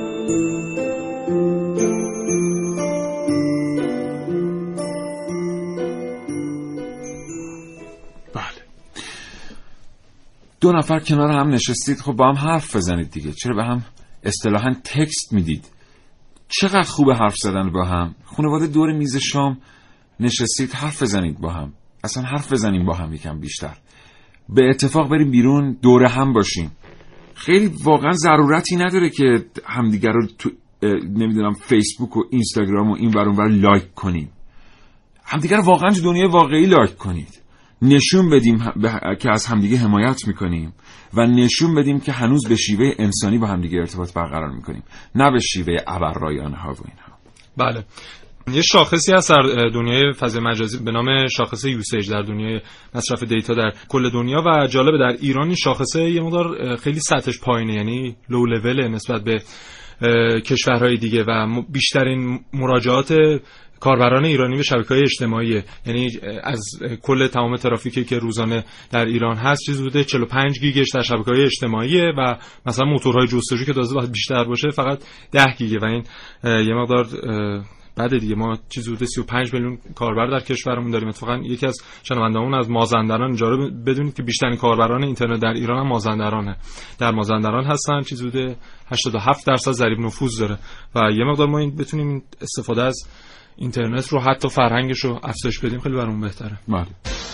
دو نفر کنار هم نشستید، خب با هم حرف بزنید دیگه، چرا به هم اصطلاحاً تکست میدید؟ چقدر خوبه حرف زدن با هم. خانواده دور میز شام نشستید، حرف بزنید با هم، اصلا حرف بزنیم با هم یکم بیشتر، به اتفاق بریم بیرون دور هم باشیم. خیلی واقعا ضرورتی نداره که همدیگر رو تو نمیدونم فیسبوک و اینستاگرام و این ور اون ور لایک کنیم. همدیگر رو واقعا تو دنیای واقعی لایک کنید، نشون بدیم که از همدیگه حمایت میکنیم و نشون بدیم که هنوز به شیوه انسانی با همدیگه ارتباط برقرار میکنیم، نه به شیوه ابررایانه ها و اینها. بله، یه شاخصی هست در دنیای فضای مجازی به نام شاخص یوسیج در دنیای مصرف دیتا در کل دنیا و جالب در ایران این شاخصه یه مقدار خیلی سطحش پایینه، یعنی لو لول نسبت به کشورهای دیگه و بیشترین مراجعات کاربران ایرانی به شبکه‌های اجتماعی، یعنی از کل تمام ترافیکی که روزانه در ایران هست چیز بوده 45 گیگش در شبکه‌های اجتماعی و مثلا موتورهای جستجو که تازه باید بیشتر باشه فقط 10 گیگه و این یه مقدار بعد دیگه. ما چیز بوده 35 میلیون کاربر در کشورمون داریم. اتفاقا یکی از شنوندهامون از مازندران، اینجا رو بدونید که بیشترین کاربران اینترنت در ایران هم مازندرانه، در مازندران هستن. چیز بوده 87% ضریب نفوذ داره و یه مقدار ما این بتونیم استفاده از اینترنت رو حتی فرهنگش رو افزایش بدیم خیلی برامون بهتره. بله.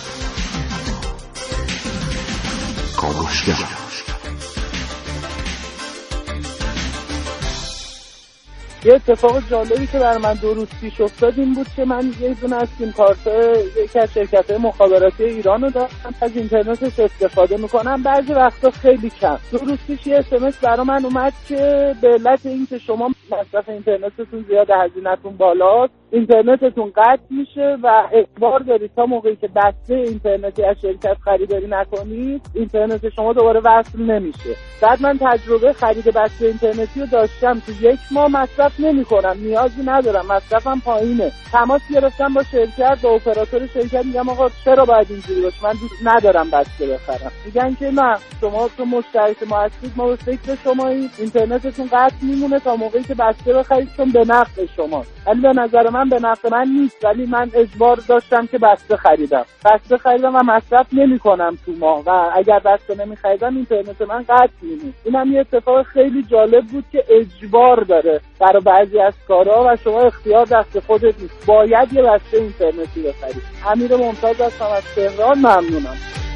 یه اتفاق جالبی که برای من 2 روز پیش افتاد این بود که من یه دونه از سیم کارت یکی از شرکت‌های مخابراتی ایران رو دارم، از اینترنتش استفاده میکنم، بعضی وقتا خیلی کم. 2 روز پیش یه SMS برای من اومد که به علت اینکه شما مصرف اینترنتتون زیاد، هزینه‌تون بالاست، اینترنتتون قطع میشه و اجبار دارید تا موقعی که بسته اینترنتی از شرکت خریداری نکنید اینترنت شما دوباره وصل نمیشه. بعد من تجربه خرید بسته اینترنتی رو داشتم، تو 1 ماه مصرف نمی‌کنم، نیازی ندارم، مصرفم پایینه. تماس گرفتم با شرکت، با اپراتور شرکت، میگم آقا چرا باید اینجوری باشه، من دوست ندارم بسته بخرم. میگن که نه، شما تو مشترک ما هستید، ما به فکر شماییم، اینترنتتون قطع میمونه تا موقعی که بسته بخرید چون به نفع شماست. ولی به نظر من من به نفع من نیست، ولی من اجبار داشتم که بسته خریدم و مصرف نمی‌کنم تو ماه و اگر بسته نمی‌خریدم اینترنت من قطع می‌شد. اینم یه اتفاق خیلی جالب بود که اجبار داره برای بعضی از کارها و شما اختیار دست خودت نیست، باید یه بسته اینترنتی بخرید. امیر ممتاز هستم از تهران، ممنونم.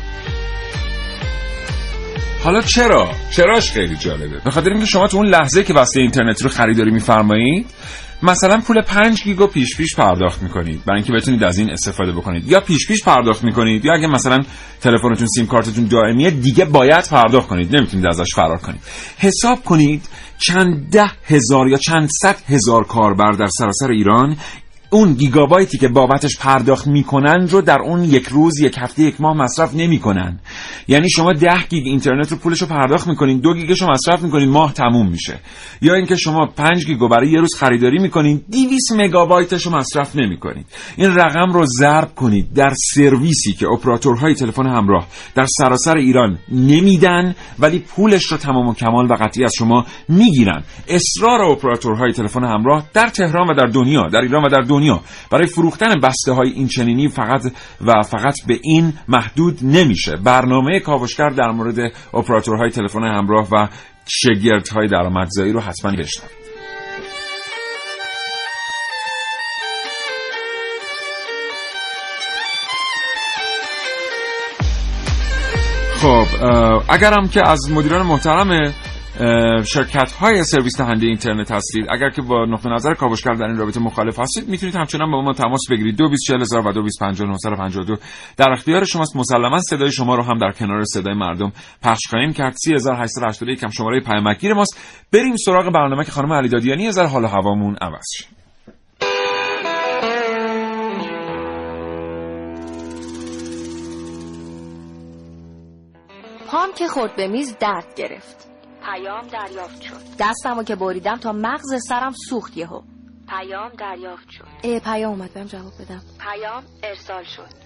حالا چراش خیلی جالبه، به خاطر اینکه شما تو اون لحظه که بسته اینترنت رو خریداری می‌فرمایید مثلا پول 5 گیگا پیش پرداخت می‌کنید برای اینکه بتونید از این استفاده بکنید، یا پیش پرداخت می‌کنید، یا اگه مثلا تلفنتون سیم کارتتون دائمیه دیگه باید پرداخت کنید، نمیتونید ازش فرار کنید. حساب کنید چند 10,000 یا چند 100,000 کاربر در سراسر ایران اون گیگابایتی که بابتش پرداخت میکنن رو در اون یک روز، یک هفته، یک ماه مصرف نمیکنن. یعنی شما 10 گیگ اینترنت رو پولش رو پرداخت میکنین، 2 گیگش رو مصرف میکنین، ماه تموم میشه. یا اینکه شما 5 گیگ رو برای یه روز خریداری میکنین، 200 مگابایتش رو مصرف نمیکنین. این رقم رو ضرب کنید در سرویسی که اپراتورهای تلفن همراه در سراسر ایران نمیدن ولی پولش رو تمام و کمال و قطعی از شما میگیرن. اصرار اپراتورهای تلفن همراه در تهران و در دنیا، در ایران و در دنیا برای فروختن بسته های این چنینی فقط به این محدود نمیشه. برنامه کاوشگر در مورد اپراتورهای تلفن همراه و شگردهای درآمدزایی رو حتما بشنوید. خب اگرم که از مدیران محترم شرکت‌های سرویس دهنده اینترنت هستید، اگر که با نقطه نظر کاوشگر در این رابطه مخالف هستید، میتونید همچنان با ما تماس بگیرید. 224000 و 225952 در اختیار شماست. مسلماً صدای شما رو هم در کنار صدای مردم پخش خواهیم کرد. 3881 هم شماره پیامکگیر ماست. بریم سراغ برنامه که خانم علیدادیانی از حال و هوامون عوض شه. پام که خورد به میز درد گرفت. پیام دریافت شد. دستمو که بریدم تا مغز سرم سوخت یهو. پیام دریافت شد. پیام اومد، برم جواب بدم. پیام ارسال شد.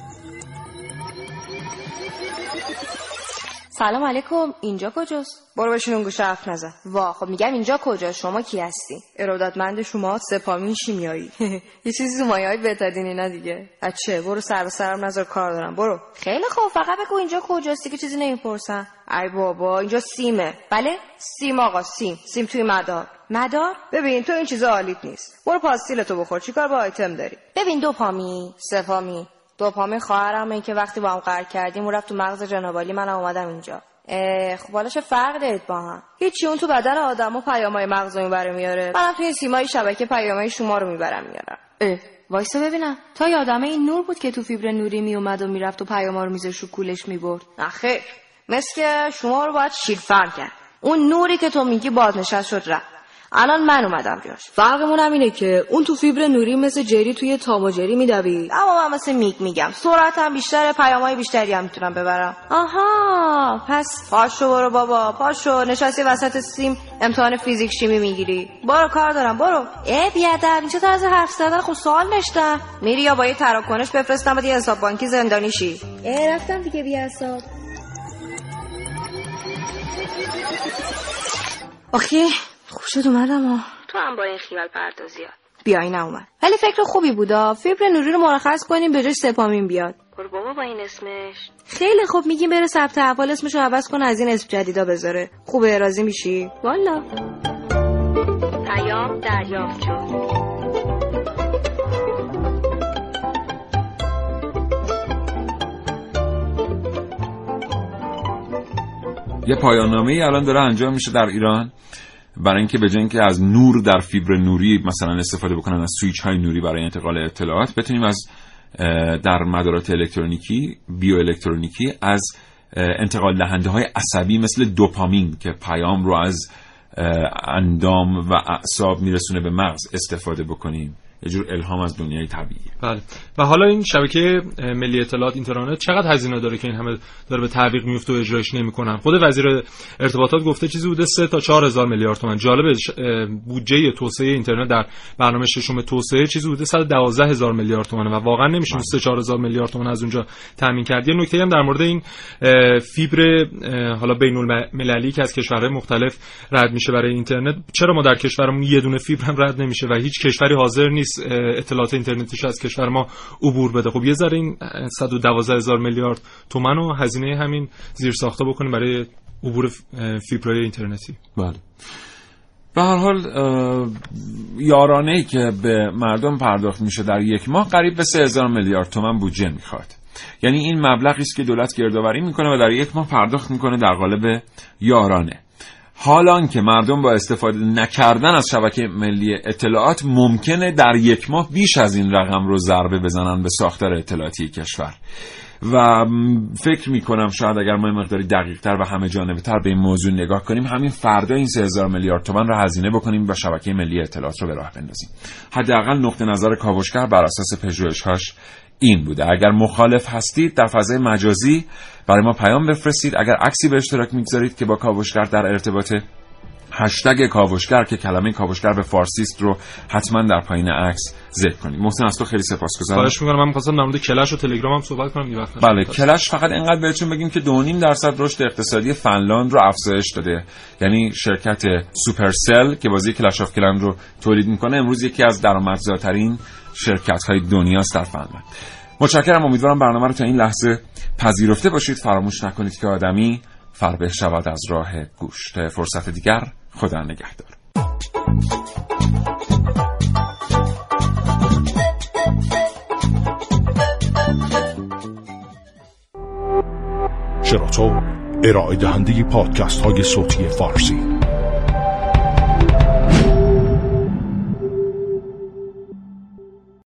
سلام علیکم، اینجا کجاست؟ برو بشین اون گوشه حرف نزن. وا خب میگم اینجا کجاست، شما کی هستی؟ ارادتمند شما سپامین شیمیایی. یه چیزی تو مایه‌های بهترین اینا دیگه. بچه برو سر به سرم نذار، کار دارم. برو. خیلی خوب، فقط بگو اینجا کجاست که چیزی نمیپرسن. ای بابا اینجا سیمه. بله سیم آقا، سیم توی مدار. ببین تو این چیزا حالیت نیست. برو پاستیلتو بخور، چیکار با آیتم داری؟ ببین دوپامین، سفامین. دوپامین خواهرمه که وقتی با هم قرار کردیم اون رفت تو مغز جنابالی، منم اومدم اینجا. خب حالا چه فرق دارید با هم؟ هیچی، اون تو بدن آدمو پیامای مغزو میبره میاره، منم توی سیمای شبکه پیامای شما رو میبرم میارم. وایسا ببینم، تا یادمه این نور بود که تو فیبر نوری میومد و میرفت و پیاما رو میذاشت رو کولش میبرد. آخه مثل که شما رو باید شیرفر کرد. اون نوری که تو میگی بازنشست شد رفت، الان من اومدم جاش. فرقمون هم اینه که اون تو فیبر نوری مثل جری توی تام و جری میدوید، اما من مثل میگم سرعتم بیشتره، پیامای بیشتری هم میتونم ببرم. آها پس پاشو برو بابا، پاشو. نشستی وسط سیم امتحان فیزیک شیمی میگیری؟ برو کار دارم، برو. بیادب اینجا طرز حرف زدن، خب سوال نشدم. میری یا با یه تراکنش بفرستم بعد یه حساب بانکی زندانی شی؟ رفتم دیگه بی حساب. آخه خوب شد اومدم. تو هم با این خیال پردازیات بیایی ناومد، ولی فکر خوبی بودا. فیبر نوری رو مرخص کنیم به جای سپامین بیاد. برو بابا با این اسمش. خیلی خوب، میگیم بره ثبت احوال اسمشو عوض کنه، از این اسم جدیدا بذاره. خوبه، راضی میشی؟ والا. پیام دریافت شد. یه پایان‌نامه‌ای الان داره انجام میشه در ایران برای اینکه به جای اینکه از نور در فیبر نوری مثلا استفاده بکنن از سویچ‌های نوری برای انتقال اطلاعات، بتونیم از در مدارات الکترونیکی، بیوالکترونیکی از انتقال دهنده‌های عصبی مثل دوپامین که پیام رو از اندام و اعصاب میرسونه به مغز استفاده بکنیم. یه جور الهام از دنیای طبیعی. بله. و حالا این شبکه ملی اطلاعات اینترنت چقدر هزینه داره که این همه داره به تعویق میفته و اجراش نمی‌کنن؟ خود وزیر ارتباطات گفته چیزی بوده 3 تا 4000 میلیارد تومان. جالبه بودجه توسعه اینترنت در برنامه ششم توسعه چیزی بوده 112000 میلیارد تومان و واقعا نمیشه 3 4000 میلیارد تومان از اونجا تامین کرد. یه نکته هم در مورد این فیبر حالا بین‌المللی که از کشورهای مختلف رد میشه برای اینترنت، چرا ما در کشورمون یه دونه فیبر هم رد نمیشه و هیچ کشوری حاضر نیست اطلاعات اینترنتیش از کشور ما عبور بده. خب یه ذره این 112,000 میلیارد تومان رو هزینه همین زیرساخت‌ها بکنیم برای عبور فیبرهای اینترنتی. بله. به هر حال یارانه‌ای که به مردم پرداخت میشه در یک ماه قریب به 3,000 میلیارد تومان بودجه میخواد. یعنی این مبلغی است که دولت گردآوری میکنه و در یک ماه پرداخت میکنه در قالب یارانه. حالان که مردم با استفاده نکردن از شبکه ملی اطلاعات ممکنه در یک ماه بیش از این رقم رو ضربه بزنن به ساختار اطلاعاتی کشور. و فکر میکنم شاید اگر ما مقداری دقیق‌تر و همه جانبه‌تر به این موضوع نگاه کنیم، همین فردا این 3,000 میلیارد تومان رو هزینه بکنیم و شبکه ملی اطلاعات رو به راه بندازیم. حداقل نقطه نظر کاوشگر بر اساس پژوهش‌هاش این بوده. اگر مخالف هستید در فضای مجازی برای ما پیام بفرستید. اگر عکسی به اشتراک میگذارید که با کاوشگر در ارتباطه، هشتگ کاوشگر که کلمه کاوشگر به فارسی است رو حتما در پایین عکس ذکر کنید. محسن از تو خیلی سپاسگزارم. خواهش می‌کنم. من می‌خواستم در مورد کلش و تلگرام هم صحبت کنم این وقت. بله، کلش فقط اینقدر بهتون بگیم که 2.5% رشد اقتصادی فنلاند رو افزایش داده. یعنی شرکت سوپرسل که بازی کلش آف کلن رو تولید می‌کنه امروز یکی از درآمدزاترین شرکت‌های دنیاست در فنلاند. متشکرم. امیدوارم برنامه رو تا این لحظه پذیرفته باشید. فراموش نکنید که آدمی فربه شود از راه گوشت. فرصت دیگر خدا نگهدار. شراطو ارائه دهنده پادکست های صوتی فارسی